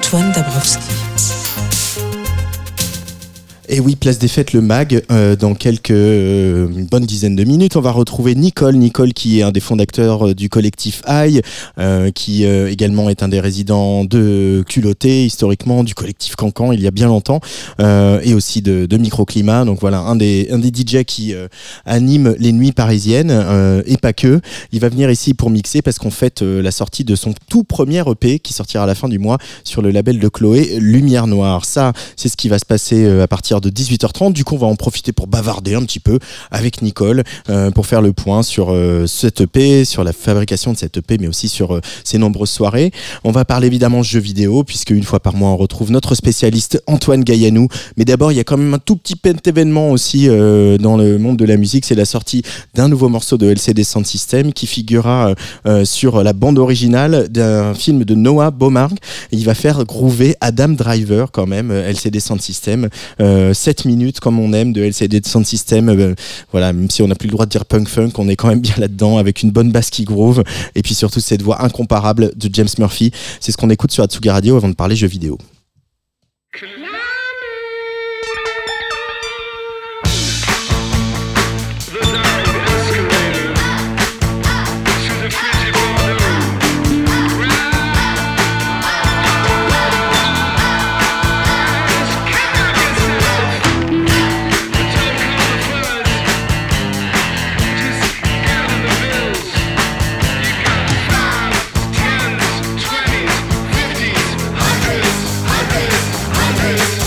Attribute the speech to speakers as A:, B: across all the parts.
A: Antoine Dabrowski.
B: Et oui, Place des Fêtes, le MAG, dans une bonne dizaine de minutes, on va retrouver Nicole qui est un des fondateurs du collectif Aïe, qui également est un des résidents de Culotté, historiquement, du collectif Cancan, il y a bien longtemps, et aussi de Microclimat. Donc voilà, un des DJ qui anime les nuits parisiennes, et pas que. Il va venir ici pour mixer parce qu'on fête la sortie de son tout premier EP qui sortira à la fin du mois sur le label de Chloé, Lumière Noire. Ça, c'est ce qui va se passer à partir de 18h30. Du coup, on va en profiter pour bavarder un petit peu avec Nicole pour faire le point sur cette EP, sur la fabrication de cette EP, mais aussi sur ses nombreuses soirées. On va parler évidemment jeux vidéo, puisque une fois par mois, on retrouve notre spécialiste Antoine Gaillanou. Mais d'abord, il y a quand même un tout petit événement aussi dans le monde de la musique. C'est la sortie d'un nouveau morceau de LCD Sound System qui figurera sur la bande originale d'un film de Noah Baumarg. Il va faire groover Adam Driver quand même, LCD Sound System. 7 minutes comme on aime de LCD Sound System, voilà, même si on n'a plus le droit de dire punk funk, on est quand même bien là-dedans avec une bonne basse qui groove et puis surtout cette voix incomparable de James Murphy. C'est ce qu'on écoute sur Atsugi Radio avant de parler jeux vidéo.
C: Hundreds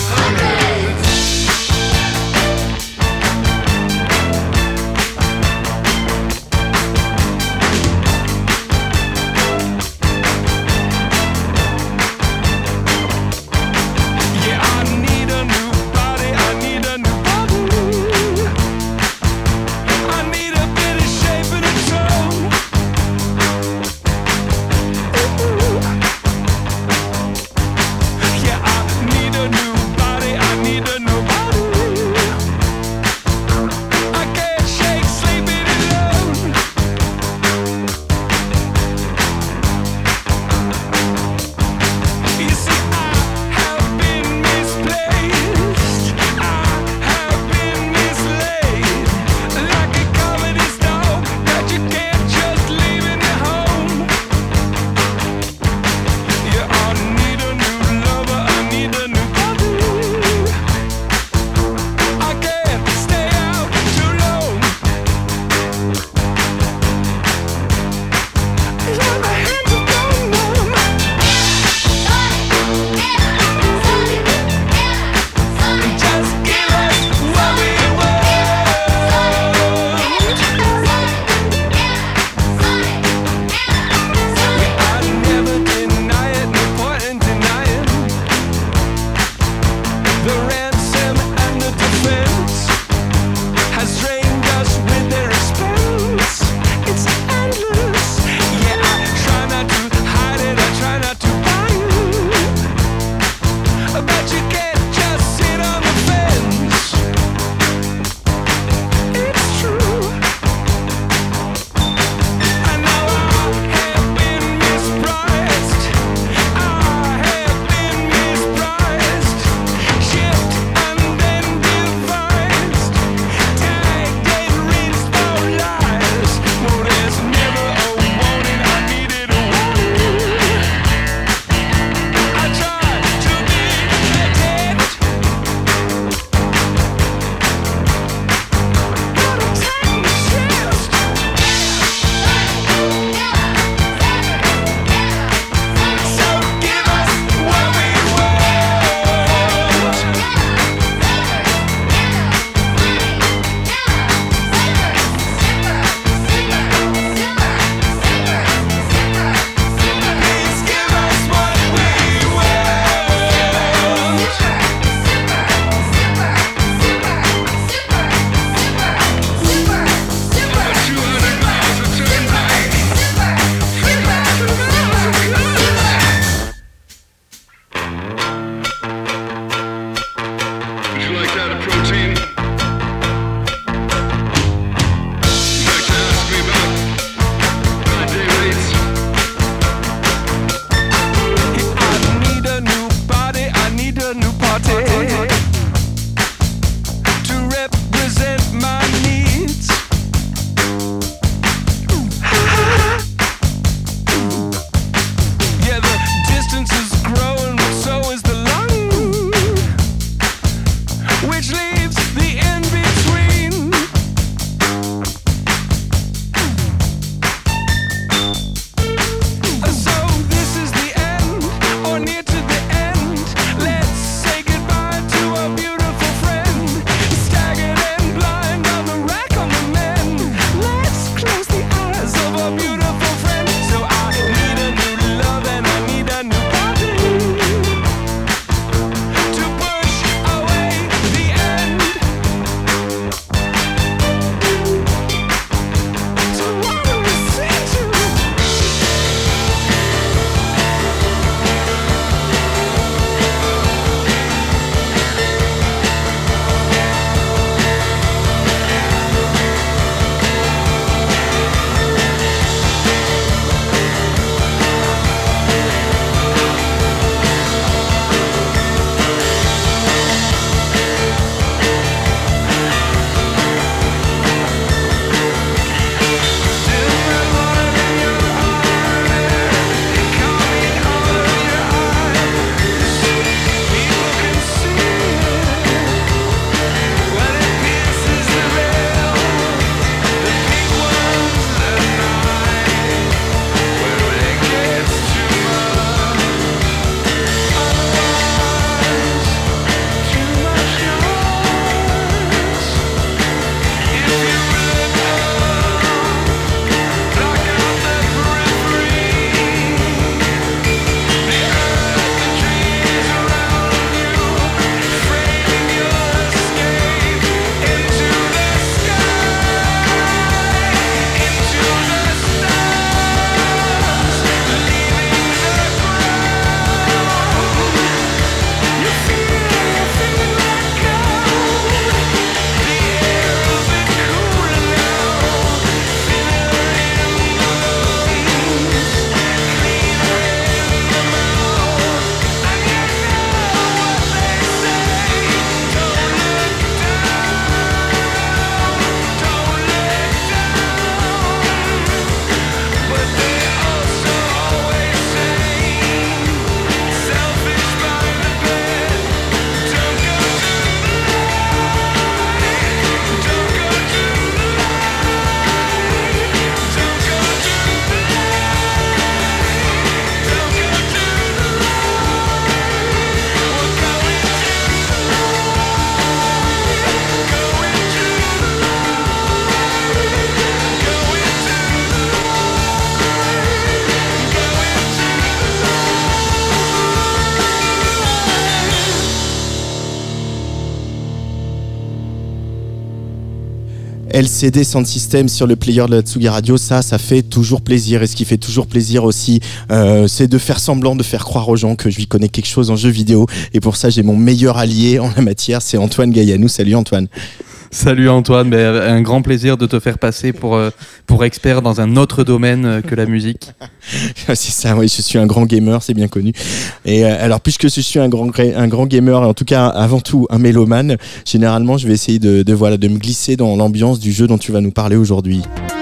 B: LCD Sound System sur le player de la Tsugi Radio, ça fait toujours plaisir. Et ce qui fait toujours plaisir aussi, c'est de faire semblant, de faire croire aux gens que je lui connais quelque chose en jeu vidéo. Et pour ça, j'ai mon meilleur allié en la matière, c'est Antoine Gaillanou. Salut Antoine.
A: Salut Antoine, mais un grand plaisir de te faire passer pour expert dans un autre domaine que la musique.
B: C'est ça, oui, je suis un grand gamer, c'est bien connu. Et alors, puisque je suis un grand gamer, en tout cas avant tout un mélomane, généralement je vais essayer de me glisser dans l'ambiance du jeu dont tu vas nous parler aujourd'hui.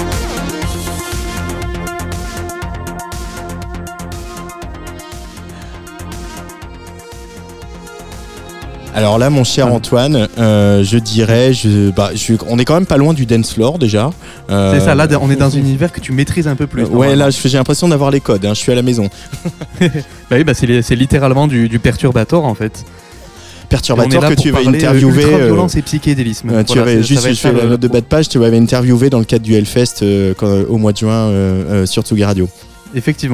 B: Alors là, mon cher Antoine, je dirais, on est quand même pas loin du dance floor déjà.
A: C'est ça, là on est dans un univers que tu maîtrises un peu plus.
B: Ouais, là j'ai l'impression d'avoir les codes, je suis à la maison.
A: Oui, c'est littéralement du perturbator en fait.
B: Perturbator que tu vas interviewer.
A: Ultra-violence et psychédélisme.
B: Je fais la note de bas de page, tu vas interviewer dans le cadre du Hellfest au mois de juin sur Tsugi Radio.
A: Effectivement,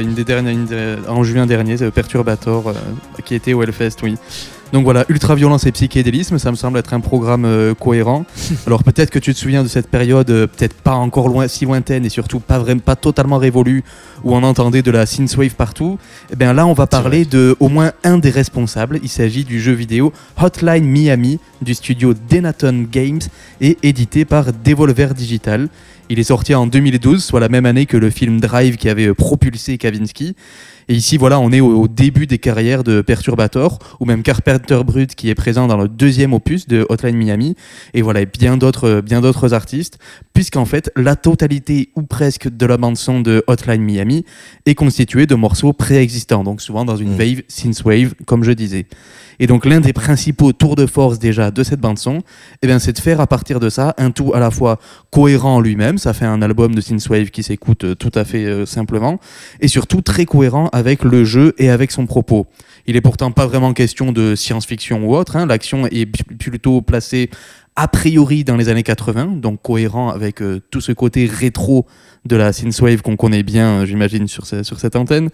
A: en juin dernier, Perturbator qui était au Hellfest, oui. Donc voilà, ultra-violence et psychédélisme, ça me semble être un programme cohérent. Alors peut-être que tu te souviens de cette période, peut-être pas encore si lointaine et surtout pas totalement révolue, où on entendait de la synthwave partout. Et bien là, on va parler de au moins un des responsables. Il s'agit du jeu vidéo Hotline Miami du studio Denaton Games et édité par Devolver Digital. Il est sorti en 2012, soit la même année que le film Drive qui avait propulsé Kavinsky. Et ici, voilà, on est au début des carrières de Perturbator, ou même Carpenter Brut qui est présent dans le deuxième opus de Hotline Miami, et voilà, bien d'autres artistes, puisqu'en fait, la totalité ou presque de la bande-son de Hotline Miami est constituée de morceaux préexistants, donc souvent dans une wave, synthwave, comme je disais. Et donc l'un des principaux tours de force déjà de cette bande-son, c'est de faire à partir de ça un tout à la fois cohérent en lui-même, ça fait un album de synthwave qui s'écoute tout à fait simplement, et surtout très cohérent avec le jeu et avec son propos. Il est pourtant pas vraiment question de science-fiction ou autre, l'action est plutôt placée a priori dans les années 80, donc cohérent avec tout ce côté rétro de la synthwave qu'on connaît bien, j'imagine, sur cette antenne.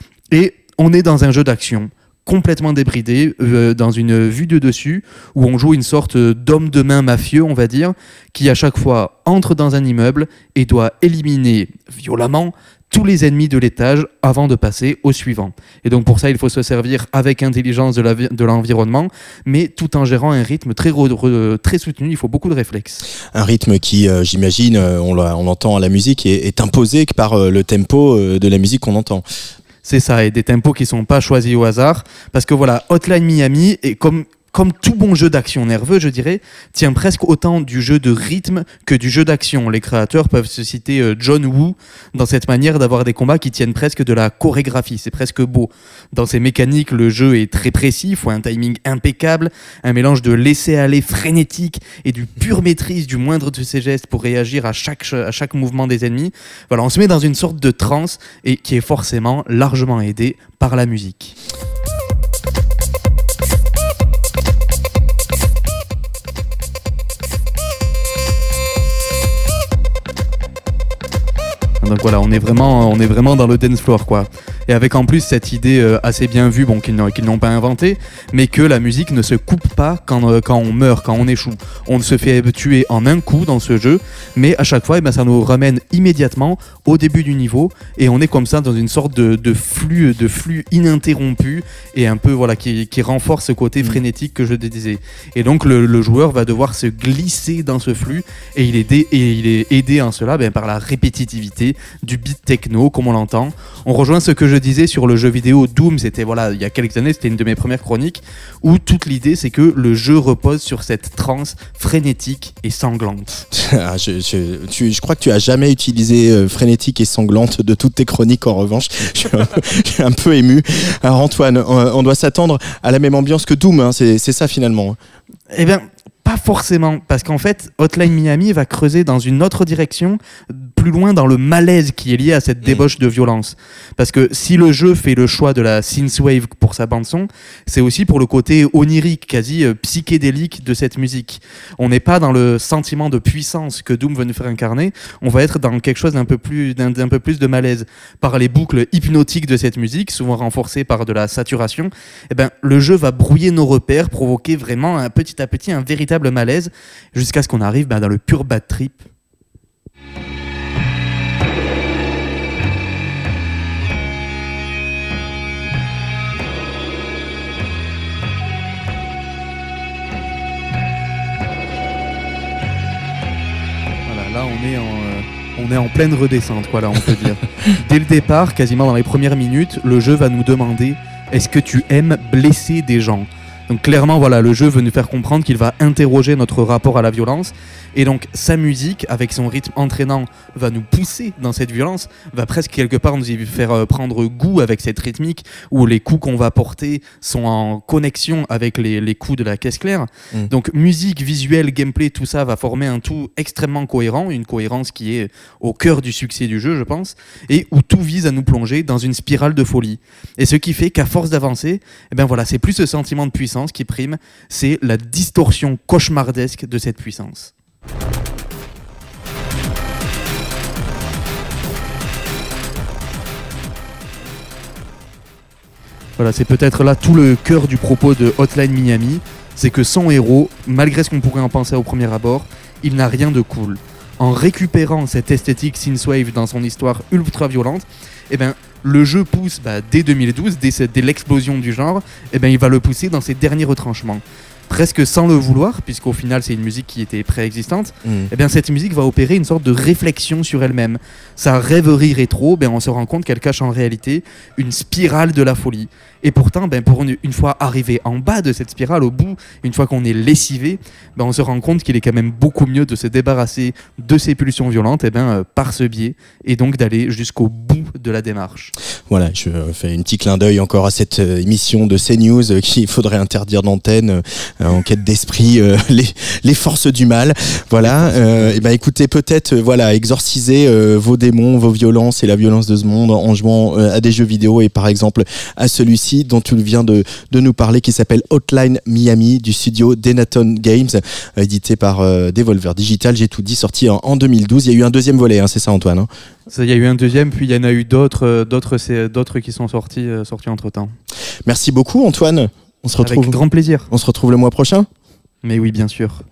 A: Et on est dans un jeu d'action complètement débridé, dans une vue de dessus, où on joue une sorte d'homme de main mafieux, on va dire, qui à chaque fois entre dans un immeuble et doit éliminer violemment tous les ennemis de l'étage avant de passer au suivant. Et donc pour ça, il faut se servir avec intelligence de l'environnement, mais tout en gérant un rythme très soutenu. Il faut beaucoup de réflexes.
B: Un rythme qui, j'imagine, on l'entend à la musique, est imposé par le tempo de la musique qu'on entend.
A: C'est ça, et des tempos qui sont pas choisis au hasard, parce que voilà, Hotline Miami est comme tout bon jeu d'action nerveux, je dirais, tient presque autant du jeu de rythme que du jeu d'action. Les créateurs peuvent se citer John Woo dans cette manière d'avoir des combats qui tiennent presque de la chorégraphie. C'est presque beau. Dans ses mécaniques, le jeu est très précis, il faut un timing impeccable, un mélange de laisser-aller frénétique et du pure maîtrise du moindre de ses gestes pour réagir à chaque mouvement des ennemis. Voilà, on se met dans une sorte de transe et qui est forcément largement aidée par la musique. Donc voilà, on est vraiment dans le dance floor, quoi. Et avec en plus cette idée assez bien vue, qu'ils n'ont pas inventée, mais que la musique ne se coupe pas quand on meurt, quand on échoue. On se fait tuer en un coup dans ce jeu, mais à chaque fois, ça nous ramène immédiatement au début du niveau, et on est comme ça dans une sorte de flux ininterrompu, et un peu qui renforce ce côté frénétique que je disais. Et donc le joueur va devoir se glisser dans ce flux, et il est aidé en cela par la répétitivité du beat techno, comme on l'entend. On rejoint ce que je disais sur le jeu vidéo Doom, c'était il y a quelques années, c'était une de mes premières chroniques, où toute l'idée c'est que le jeu repose sur cette transe frénétique et sanglante.
B: Je crois que tu as jamais utilisé frénétique et sanglante de toutes tes chroniques, en revanche. Je suis un peu ému. Alors Antoine, on doit s'attendre à la même ambiance que Doom, c'est ça finalement.
A: Eh bien, pas forcément, parce qu'en fait, Hotline Miami va creuser dans une autre direction plus loin dans le malaise qui est lié à cette débauche de violence. Parce que si le jeu fait le choix de la synthwave pour sa bande-son, c'est aussi pour le côté onirique, quasi psychédélique de cette musique. On n'est pas dans le sentiment de puissance que Doom veut nous faire incarner, on va être dans quelque chose d'un peu plus de malaise. Par les boucles hypnotiques de cette musique, souvent renforcées par de la saturation, le jeu va brouiller nos repères, provoquer vraiment petit à petit un véritable malaise, jusqu'à ce qu'on arrive dans le pur bad trip. Là, on est en pleine redescente, quoi, là, on peut dire. Dès le départ, quasiment dans les premières minutes, le jeu va nous demander « Est-ce que tu aimes blesser des gens ?» Donc clairement, voilà, le jeu veut nous faire comprendre qu'il va interroger notre rapport à la violence. Et donc sa musique, avec son rythme entraînant, va nous pousser dans cette violence, va presque quelque part nous y faire prendre goût avec cette rythmique, où les coups qu'on va porter sont en connexion avec les coups de la caisse claire. Donc musique, visuel, gameplay, tout ça va former un tout extrêmement cohérent, une cohérence qui est au cœur du succès du jeu, je pense, et où tout vise à nous plonger dans une spirale de folie. Et ce qui fait qu'à force d'avancer, voilà, c'est plus ce sentiment de puissance qui prime, c'est la distorsion cauchemardesque de cette puissance. Voilà, c'est peut-être là tout le cœur du propos de Hotline Miami, c'est que son héros, malgré ce qu'on pourrait en penser au premier abord, il n'a rien de cool. En récupérant cette esthétique synthwave dans son histoire ultra violente, le jeu pousse, dès 2012, dès l'explosion du genre, il va le pousser dans ses derniers retranchements. Presque sans le vouloir, puisqu'au final c'est une musique qui était préexistante, cette musique va opérer une sorte de réflexion sur elle-même. Sa rêverie rétro, on se rend compte qu'elle cache en réalité une spirale de la folie. Et pourtant, pour une fois arrivé en bas de cette spirale, au bout, une fois qu'on est lessivé, on se rend compte qu'il est quand même beaucoup mieux de se débarrasser de ces pulsions violentes par ce biais, et donc d'aller jusqu'au bout de la démarche.
B: Voilà, je fais un petit clin d'œil encore à cette émission de CNews qu'il faudrait interdire d'antenne en quête d'esprit, les forces du mal. Voilà, écoutez, peut-être exorciser vos démons, vos violences et la violence de ce monde en jouant à des jeux vidéo, et par exemple à celui-ci dont tu viens de nous parler, qui s'appelle Hotline Miami, du studio Denaton Games, édité par Devolver Digital. J'ai tout dit, sorti en 2012. Il y a eu un deuxième volet, c'est ça, Antoine, hein?
A: Il y a eu un deuxième, puis il y en a eu d'autres qui sont sortis entre-temps.
B: Merci beaucoup, Antoine. On se retrouve.
A: Avec grand plaisir.
B: On se retrouve le mois prochain.
A: Mais oui, bien sûr.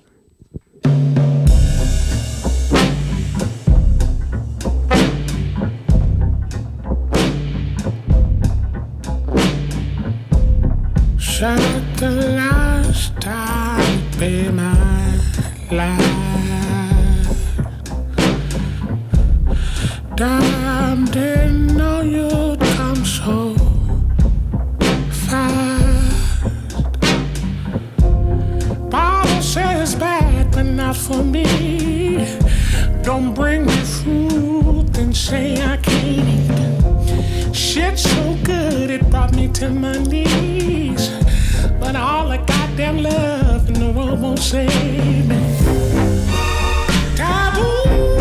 C: Shut the last time be my life. Damn, didn't know you'd come so fast. Bible says bad, but not for me. Don't bring me fruit and say I can't eat. Shit's so good it brought me to my knees. But all the goddamn love in the world won't save me. Taboo.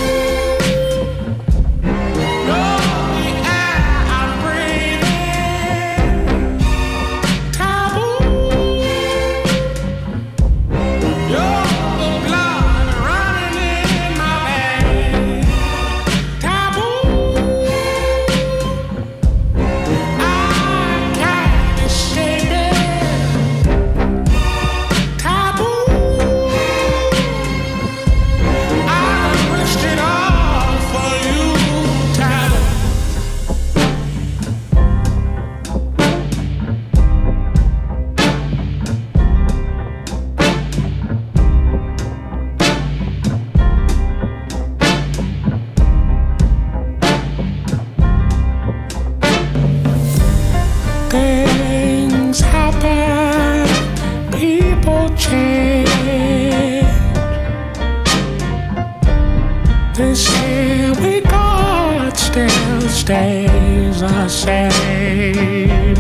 C: Stays the same.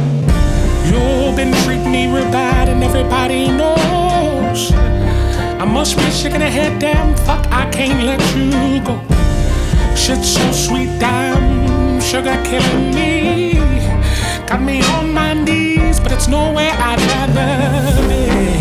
C: You've been treating me real bad and everybody knows. I'm must be shaking her head, damn, fuck, I can't let you go. Shit's so sweet, damn, sugar killing me. Got me on my knees, but it's nowhere I'd rather be.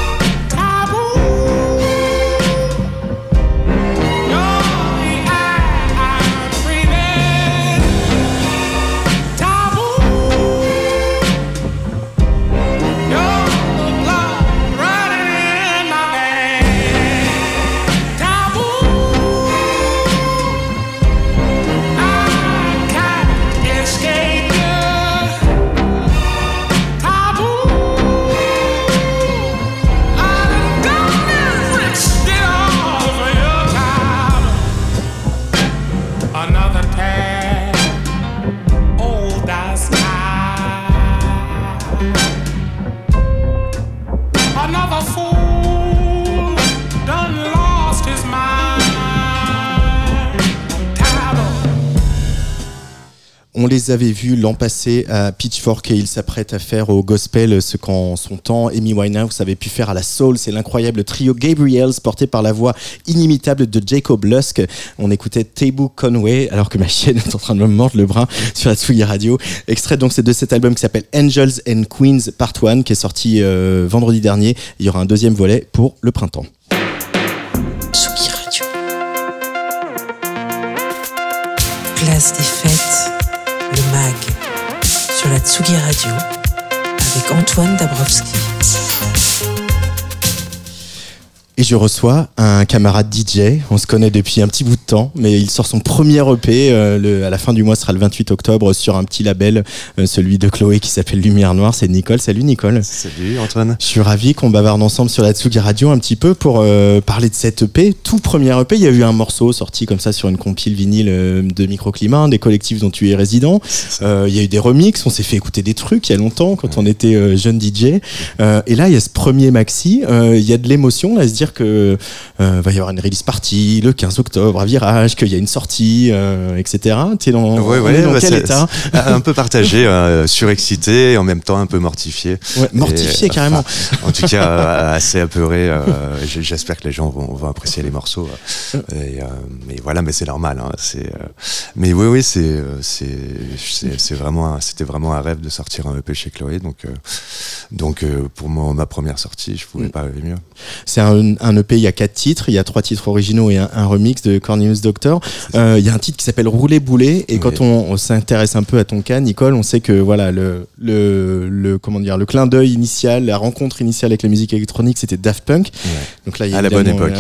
B: On les avait vus l'an passé à Pitchfork et ils s'apprêtent à faire au gospel ce qu'en son temps Amy Winehouse avait pu faire à la soul. C'est l'incroyable trio Gabriels porté par la voix inimitable de Jacob Lusk. On écoutait Taboo Conway alors que ma chienne est en train de me mordre le bras sur la Tsugi Radio. Extrait donc c'est de cet album qui s'appelle Angels and Queens Part 1 qui est sorti vendredi dernier. Il y aura un deuxième volet pour le printemps.
D: Tsugi Radio. Place des fêtes. Le MAG sur la Tsugi Radio avec Antoine Dabrowski.
B: Et je reçois un camarade DJ, on se connaît depuis un petit bout de temps, mais il sort son premier EP, à la fin du mois, ce sera le 28 octobre, sur un petit label, celui de Chloé qui s'appelle Lumière Noire, c'est Nicole. Salut Nicole.
E: Salut Antoine.
B: Je suis ravi qu'on bavarde ensemble sur la Tsugi Radio un petit peu pour parler de cet EP, tout premier EP. Il y a eu un morceau sorti comme ça sur une compile vinyle de Microclimat, des collectifs dont tu es résident. Il y a eu des remixes, on s'est fait écouter des trucs il y a longtemps quand on était jeune DJ. Et là, il y a ce premier maxi, il y a de l'émotion à se dire que va y avoir une release party le 15 octobre à Virage, qu'il y a une sortie, etc. T'es dans, dans quel état?
E: Un peu partagé, surexcité et en même temps un peu mortifié.
B: Ouais, mortifié carrément.
E: En tout cas, assez apeuré. J'espère que les gens vont apprécier les morceaux. Mais voilà, mais c'est normal. Hein, mais oui, c'était vraiment un rêve de sortir un EP chez Chloé. Donc pour ma première sortie, je pouvais pas rêver mieux.
B: C'est un EP, il y a 4 titres, il y a 3 titres originaux et un remix de Cornelius Doctor. Il y a un titre qui s'appelle Rouler Boulet et quand on s'intéresse un peu à ton cas, Nicole, on sait que voilà le clin d'œil initial, la rencontre initiale avec la musique électronique, c'était Daft Punk. Ouais. Donc là, il y a
E: à la bonne époque.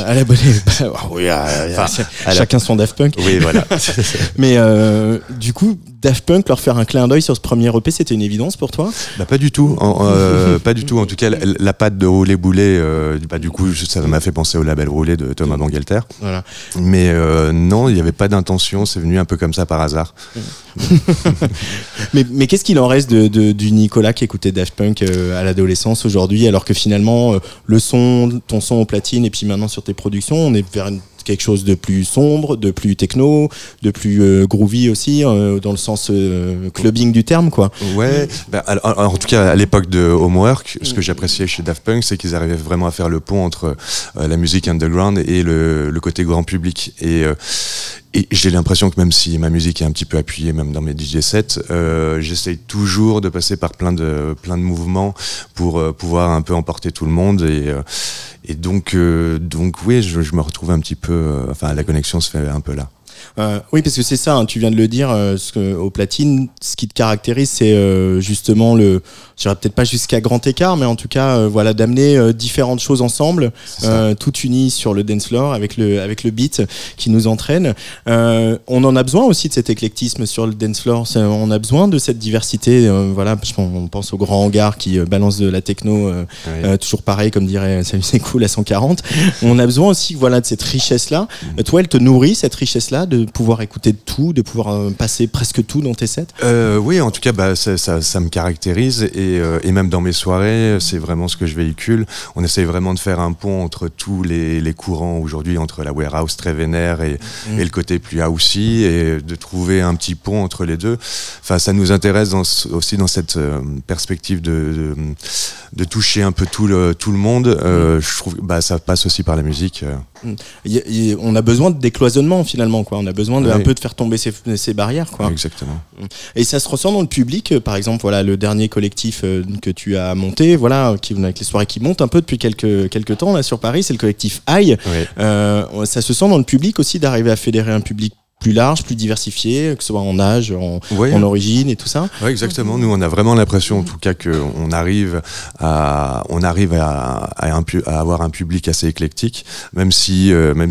B: Chacun son Daft Punk.
E: Oui, voilà.
B: Mais du coup, Daft Punk, leur faire un clin d'œil sur ce premier EP, c'était une évidence pour toi?
E: Pas du tout. Pas du tout. En tout cas, la patte de Rouler Boulet, du coup, ça m'a fait penser au label Roulé de Thomas Bangalter. Voilà. Mais non, il n'y avait pas d'intention. C'est venu un peu comme ça par hasard.
B: mais qu'est-ce qu'il en reste du Nicolas qui écoutait Daft Punk à l'adolescence aujourd'hui, alors que finalement, ton son au platine et puis maintenant sur tes productions, on est vers quelque chose de plus sombre, de plus techno, de plus groovy aussi, dans le sens clubbing du terme, quoi.
E: Ouais, alors, en tout cas à l'époque de Homework, ce que j'appréciais chez Daft Punk, c'est qu'ils arrivaient vraiment à faire le pont entre la musique underground et le côté grand public. Et j'ai l'impression que même si ma musique est un petit peu appuyée, même dans mes DJ sets, j'essaye toujours de passer par plein de mouvements pour pouvoir un peu emporter tout le monde. Et donc oui, je me retrouve un petit peu. La connexion se fait un peu là.
B: Oui, parce que c'est ça, hein, tu viens de le dire, au platine, ce qui te caractérise, c'est justement je dirais peut-être pas jusqu'à grand écart, mais en tout cas, d'amener différentes choses ensemble, toutes unies sur le dance floor avec le beat qui nous entraîne. On en a besoin aussi de cet éclectisme sur le dance floor. On a besoin de cette diversité. On pense au grand hangar qui balance de la techno, toujours pareil, comme dirait Salut c'est cool à 140. On a besoin aussi, de cette richesse-là. Toi, elle te nourrit cette richesse-là. ça, de pouvoir écouter de tout, de pouvoir passer presque tout dans tes sets?
E: Oui, en tout cas, ça me caractérise et même dans mes soirées, c'est vraiment ce que je véhicule. On essaye vraiment de faire un pont entre tous les courants aujourd'hui, entre la warehouse très vénère et le côté plus housey, et de trouver un petit pont entre les deux. Enfin, ça nous intéresse aussi dans cette perspective de toucher un peu tout le monde. Je trouve que ça passe aussi par la musique.
B: On a besoin de décloisonnement finalement, quoi. On a besoin un peu de faire tomber ces barrières, quoi.
E: Exactement.
B: Et ça se ressent dans le public. Par exemple, voilà, le dernier collectif que tu as monté, voilà, avec les soirées qui montent un peu depuis quelques temps là sur Paris, c'est le collectif Aïe. Oui. Ça se sent dans le public aussi d'arriver à fédérer un public plus large, plus diversifié, que ce soit en âge, en origine et tout ça.
E: Oui, exactement. Nous, on a vraiment l'impression, en tout cas, qu'on arrive à avoir un public assez éclectique, même si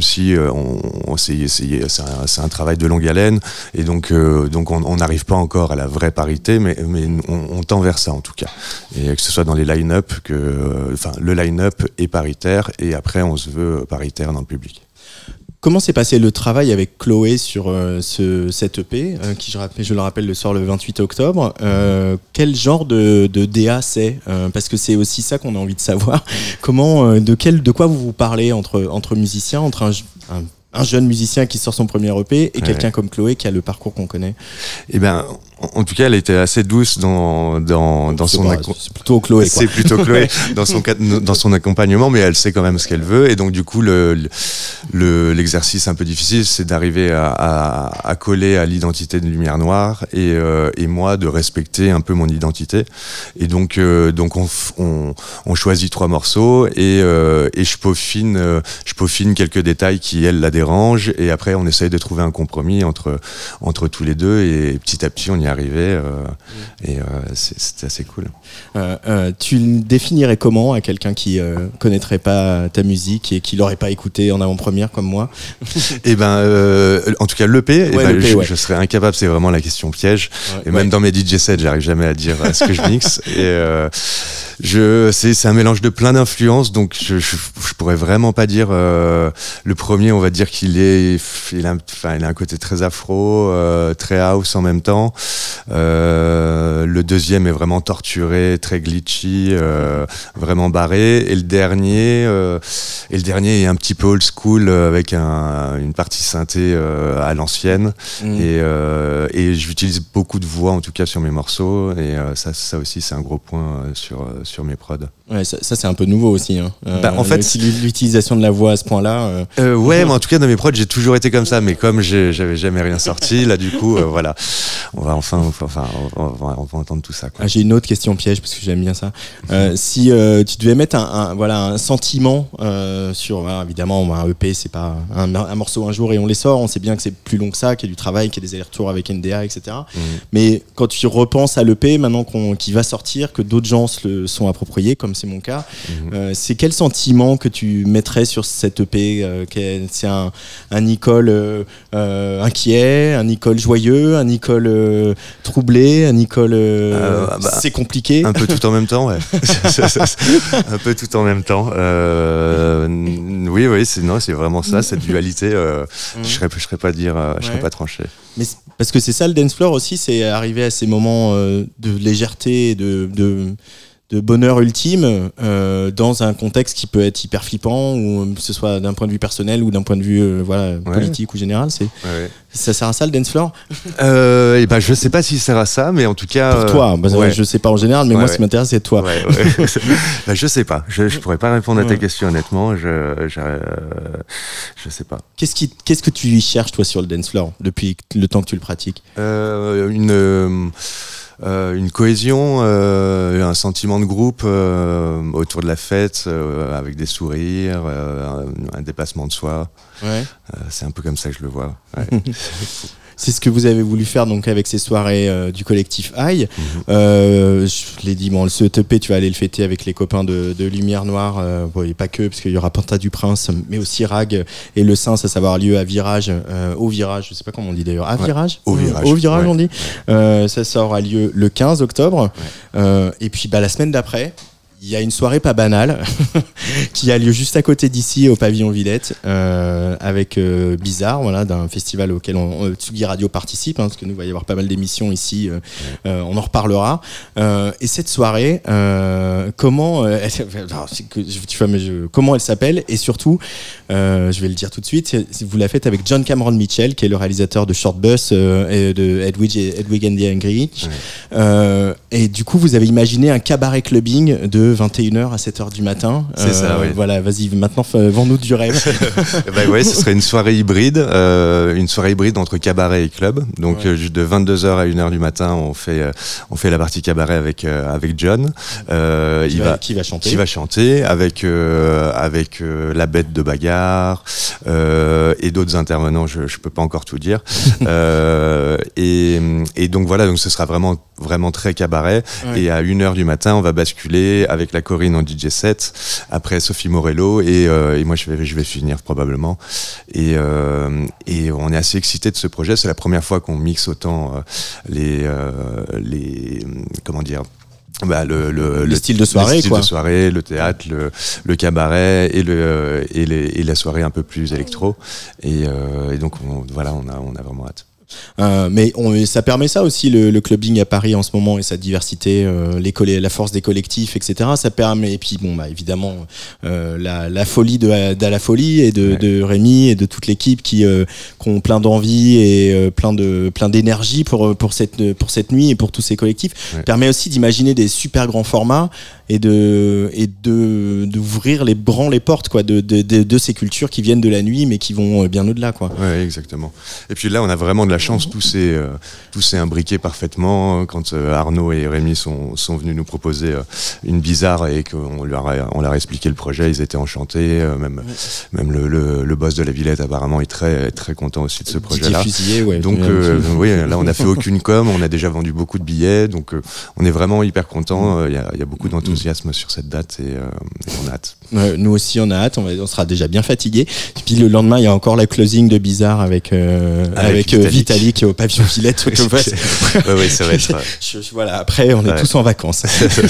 E: c'est un travail de longue haleine, et donc on n'arrive pas encore à la vraie parité, mais on tend vers ça en tout cas. Et que ce soit dans les line-up, le line-up est paritaire, et après on se veut paritaire dans le public.
B: Comment s'est passé le travail avec Chloé sur cette EP qui, je le rappelle, le sort le 28 octobre. Quel genre de DA c'est parce que c'est aussi ça qu'on a envie de savoir. Comment, de quoi vous parlez entre musiciens, entre un jeune musicien qui sort son premier EP et quelqu'un comme Chloé qui a le parcours qu'on connaît?
E: Eh ben, en tout cas, elle était assez douce dans son
B: c'est plutôt Chloé, quoi.
E: C'est plutôt Chloé dans son accompagnement, mais elle sait quand même ce qu'elle veut, et donc du coup l'exercice un peu difficile, c'est d'arriver à coller à l'identité de Lumière Noire et moi de respecter un peu mon identité, et donc on choisit 3 morceaux et je peaufine quelques détails qui elle la dérangent, et après on essaye de trouver un compromis entre tous les deux, et petit à petit on y arrivé, et c'était assez cool.
B: Tu le définirais comment à quelqu'un qui connaîtrait pas ta musique et qui l'aurait pas écouté en avant-première comme moi?
E: Eh ben, en tout cas l'EP, je serais incapable, c'est vraiment la question piège. Et même dans mes DJ sets, j'arrive jamais à dire ce que je mixe. Et c'est un mélange de plein d'influences, donc je pourrais vraiment pas dire. Le premier, on va dire qu'il il a un côté très afro, très house en même temps. Le deuxième est vraiment torturé, très glitchy, vraiment barré. Et le dernier est un petit peu old school, avec une partie synthé à l'ancienne. Et j'utilise beaucoup de voix, en tout cas sur mes morceaux. Et ça aussi, c'est un gros point sur mes prods.
B: Ouais, ça c'est un peu nouveau aussi. Hein.
E: En fait,
B: l'utilisation de la voix à ce point-là.
E: Ouais, mais en tout cas dans mes prods, j'ai toujours été comme ça. Mais comme j'avais jamais rien sorti, là du coup, voilà, on va entendre tout ça, quoi.
B: J'ai une autre question piège parce que j'aime bien ça. Si tu devais mettre un sentiment sur, évidemment, un EP, c'est pas un morceau un jour et on les sort. On sait bien que c'est plus long que ça, qu'il y a du travail, qu'il y a des allers-retours avec NDA, etc. Mais quand tu repenses à l'EP maintenant qui va sortir, que d'autres gens se le sont appropriés, comme c'est mon cas, c'est quel sentiment que tu mettrais sur cette EP? C'est un Nicole inquiet, un Nicole joyeux, un Nicole troublé, un Nicole c'est compliqué?
E: Un peu tout en même temps, ouais. Un peu tout en même temps. Oui, c'est vraiment ça, cette dualité. Je serais pas dire, je serais pas tranché.
B: Mais parce que c'est ça le dance floor aussi, c'est arriver à ces moments de légèreté, de bonheur ultime dans un contexte qui peut être hyper flippant, ou que ce soit d'un point de vue personnel ou d'un point de vue politique ou général. Ça sert à ça le dance floor?
E: Je sais pas s'il sert à ça, mais en tout cas
B: pour toi, je sais pas en général, mais moi ce qui m'intéresse c'est toi.
E: Je sais pas, je pourrais pas répondre à ta question honnêtement, je sais pas.
B: Qu'est-ce que tu y cherches toi sur le dance floor depuis le temps que tu le pratiques?
E: Une cohésion, un sentiment de groupe autour de la fête, avec des sourires, un dépassement de soi. C'est un peu comme ça que je le vois. Ouais.
B: C'est ce que vous avez voulu faire donc avec ces soirées du collectif Aïe. Je l'ai dit, ce EP, tu vas aller le fêter avec les copains de Lumière Noire, et pas que, parce qu'il y aura Panta du Prince, mais aussi Rag et Le Sens, à savoir lieu à Virage, au Virage, je sais pas comment on dit d'ailleurs, à Virage,
E: au Virage,
B: on dit. Ça aura lieu le 15 octobre. Et puis la semaine d'après, Il y a une soirée pas banale qui a lieu juste à côté d'ici au pavillon Villette avec Bizarre, voilà, d'un festival auquel Tsugi Radio participe, parce que nous il va y avoir pas mal d'émissions ici, on en reparlera. Et cette soirée, comment elle s'appelle, et surtout, je vais le dire tout de suite, vous la faites avec John Cameron Mitchell, qui est le réalisateur de Short Bus et de Edwidge and the Angry Inch. Et du coup, vous avez imaginé un cabaret clubbing de 21h à 7h du matin.
E: C'est ça, oui.
B: Voilà, vas-y, maintenant, vends-nous du rêve.
E: Ouais, ce serait une soirée hybride entre cabaret et club. Donc, de 22h à 1h du matin, on fait la partie cabaret avec John. Qui va chanter avec la bête de bagarre et d'autres intervenants. Je peux pas encore tout dire. Et donc voilà, donc ce sera vraiment très cabaret. Ouais. Et à 1h du matin, on va basculer avec la Corinne en DJ set, après Sophie Morello et moi je vais finir probablement. Et on est assez excités de ce projet. C'est la première fois qu'on mixe autant les comment dire. Le
B: style de soirée,
E: de soirée, le théâtre, le cabaret et la soirée un peu plus électro. Et donc on a vraiment hâte.
B: Mais ça permet ça aussi, le clubbing à Paris en ce moment et sa diversité, la force des collectifs, etc. Ça permet, et puis évidemment la folie de la folie et de Rémi et de toute l'équipe qui ont plein d'envie et plein d'énergie pour cette nuit et pour tous ces collectifs. Permet aussi d'imaginer des super grands formats et d'ouvrir les portes quoi de ces cultures qui viennent de la nuit mais qui vont bien au-delà quoi.
E: Ouais, exactement. Et puis là on a vraiment de la chance, tout s'est imbriqué parfaitement quand Arnaud et Rémi sont venus nous proposer une Bizarre et qu'on leur a expliqué le projet, ils étaient enchantés, même le boss de la Villette apparemment est très très content aussi de ce projet-là.
B: Fusillé,
E: donc oui, là on a fait aucune com, on a déjà vendu beaucoup de billets, donc on est vraiment hyper content. Il y a beaucoup d'enthousiasme sur cette date et on a hâte.
B: Nous aussi on a hâte, on sera déjà bien fatigués. Puis le lendemain il y a encore la closing de Bizarre avec Vitalik au pavillon Villette.
E: Oui, c'est vrai.
B: Voilà, après on est tous en vacances.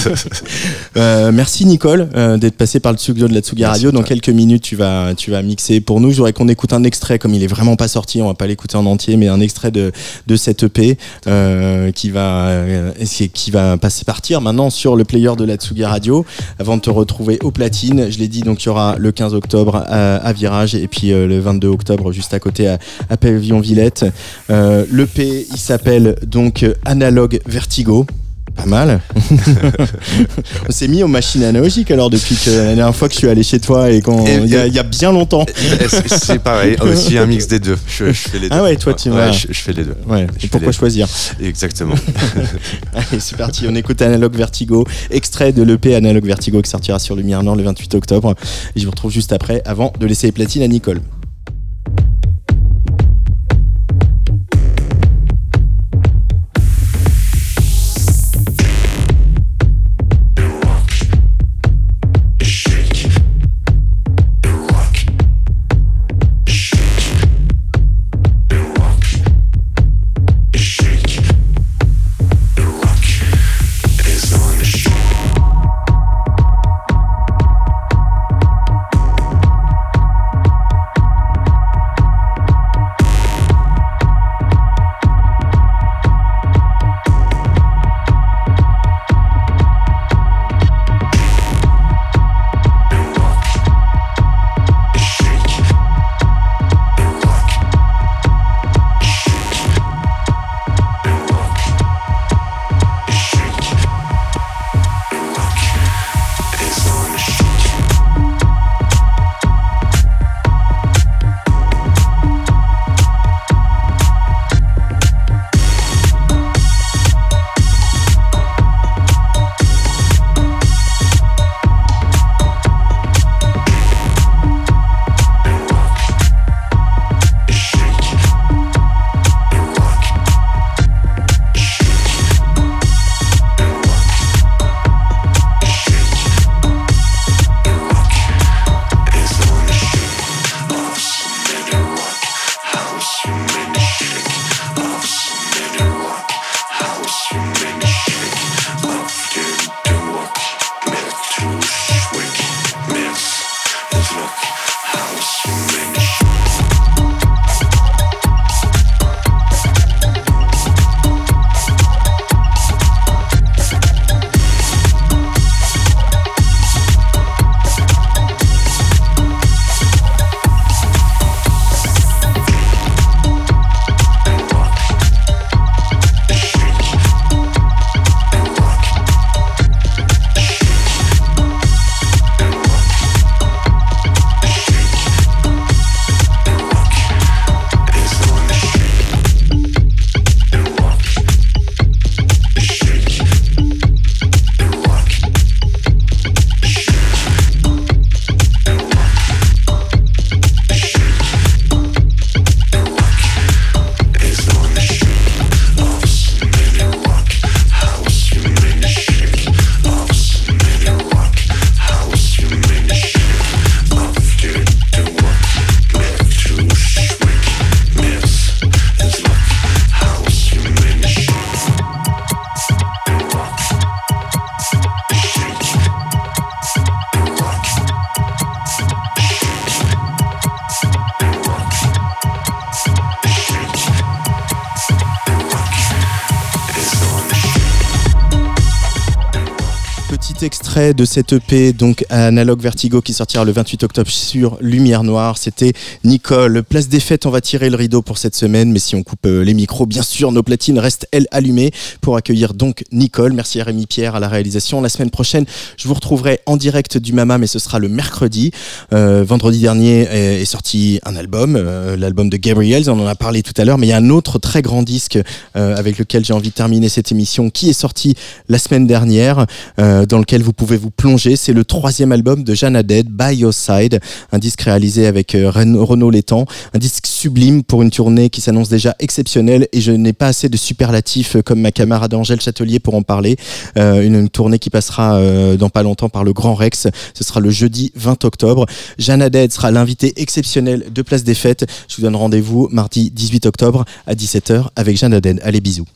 B: Merci Nicole d'être passé par le studio de la Tsugi Radio. Dans quelques minutes tu vas mixer pour nous. Je voudrais qu'on écoute un extrait, comme il est vraiment pas sorti, on va pas l'écouter en entier, mais un extrait de cette EP qui va partir maintenant sur le player de la Tsugi Radio avant de te retrouver aux platines. Je l'ai dit, donc il y aura le 15 octobre à Virage et puis le 22 octobre juste à côté à Pavillon Villette. L'EP il s'appelle donc Analog Vertigo. Pas mal. On s'est mis aux machines analogiques alors depuis que la dernière fois que je suis allé chez toi et il y a bien longtemps.
E: C'est pareil, aussi un mix des deux. Je fais les deux.
B: Ah ouais, toi tu vas.
E: Je fais les deux.
B: Ouais. Et pourquoi choisir?
E: Exactement.
B: Allez, c'est parti, on écoute Analog Vertigo, extrait de l'EP Analog Vertigo qui sortira sur Lumière Nord le 28 octobre. Et je vous retrouve juste après, avant de laisser les platines à Nicole. petit extrait de cette EP, donc Analog Vertigo, qui sortira le 28 octobre sur Lumière Noire. C'était Nicole. Place des fêtes, on va tirer le rideau pour cette semaine, mais si on coupe les micros, bien sûr, nos platines restent, elles, allumées pour accueillir donc Nicole. Merci à Rémi Pierre à la réalisation. La semaine prochaine, je vous retrouverai en direct du Mama, mais ce sera le mercredi. Vendredi dernier est sorti un album, l'album de Gabriels, on en a parlé tout à l'heure, mais il y a un autre très grand disque avec lequel j'ai envie de terminer cette émission, qui est sorti la semaine dernière, dans lequel vous pouvez vous plonger. C'est le 3e album de Jeanne Haddad, By Your Side, un disque réalisé avec Renaud Létang, un disque sublime pour une tournée qui s'annonce déjà exceptionnelle, et je n'ai pas assez de superlatifs comme ma camarade Angèle Châtelier pour en parler. Une tournée qui passera dans pas longtemps par le Grand Rex. Ce sera le jeudi 20 octobre. Jeanne Haddad sera l'invité exceptionnel de Place des Fêtes. Je vous donne rendez-vous mardi 18 octobre à 17h avec Jeanne Haddad. Allez, bisous.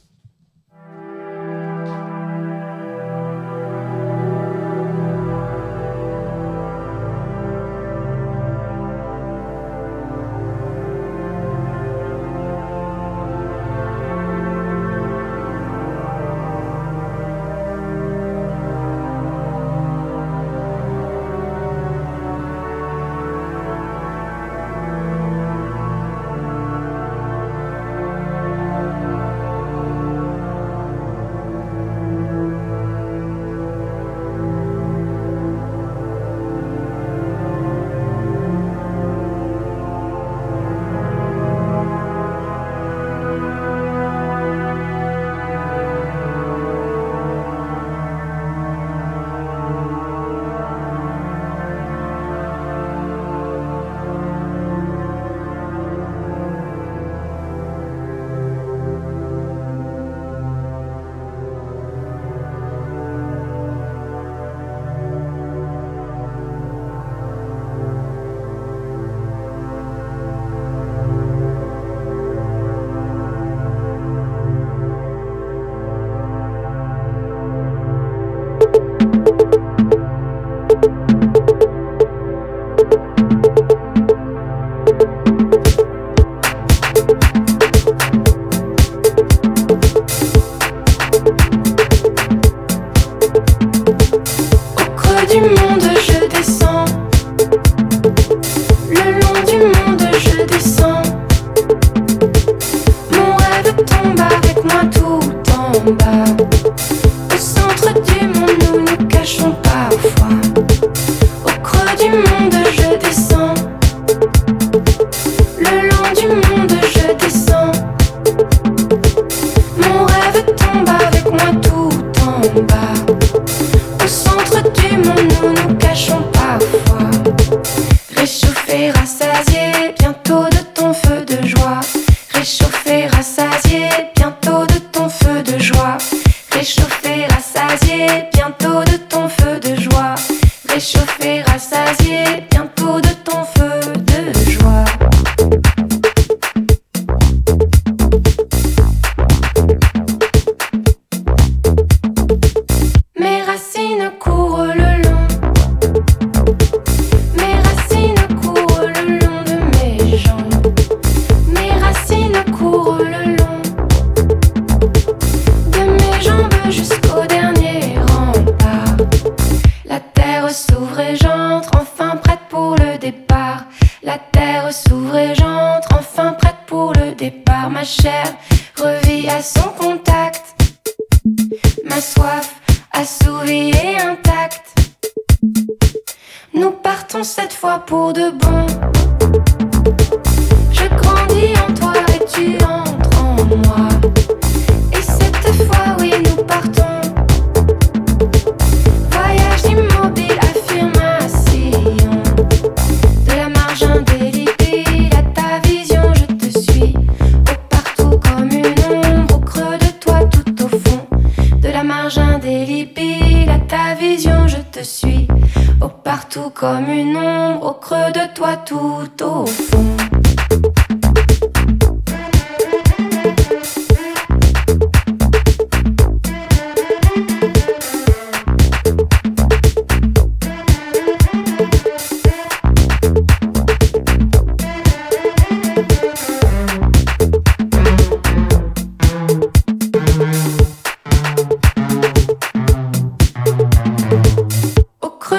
F: Comme une ombre au creux de toi tout au fond.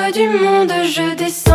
F: du monde, je descends.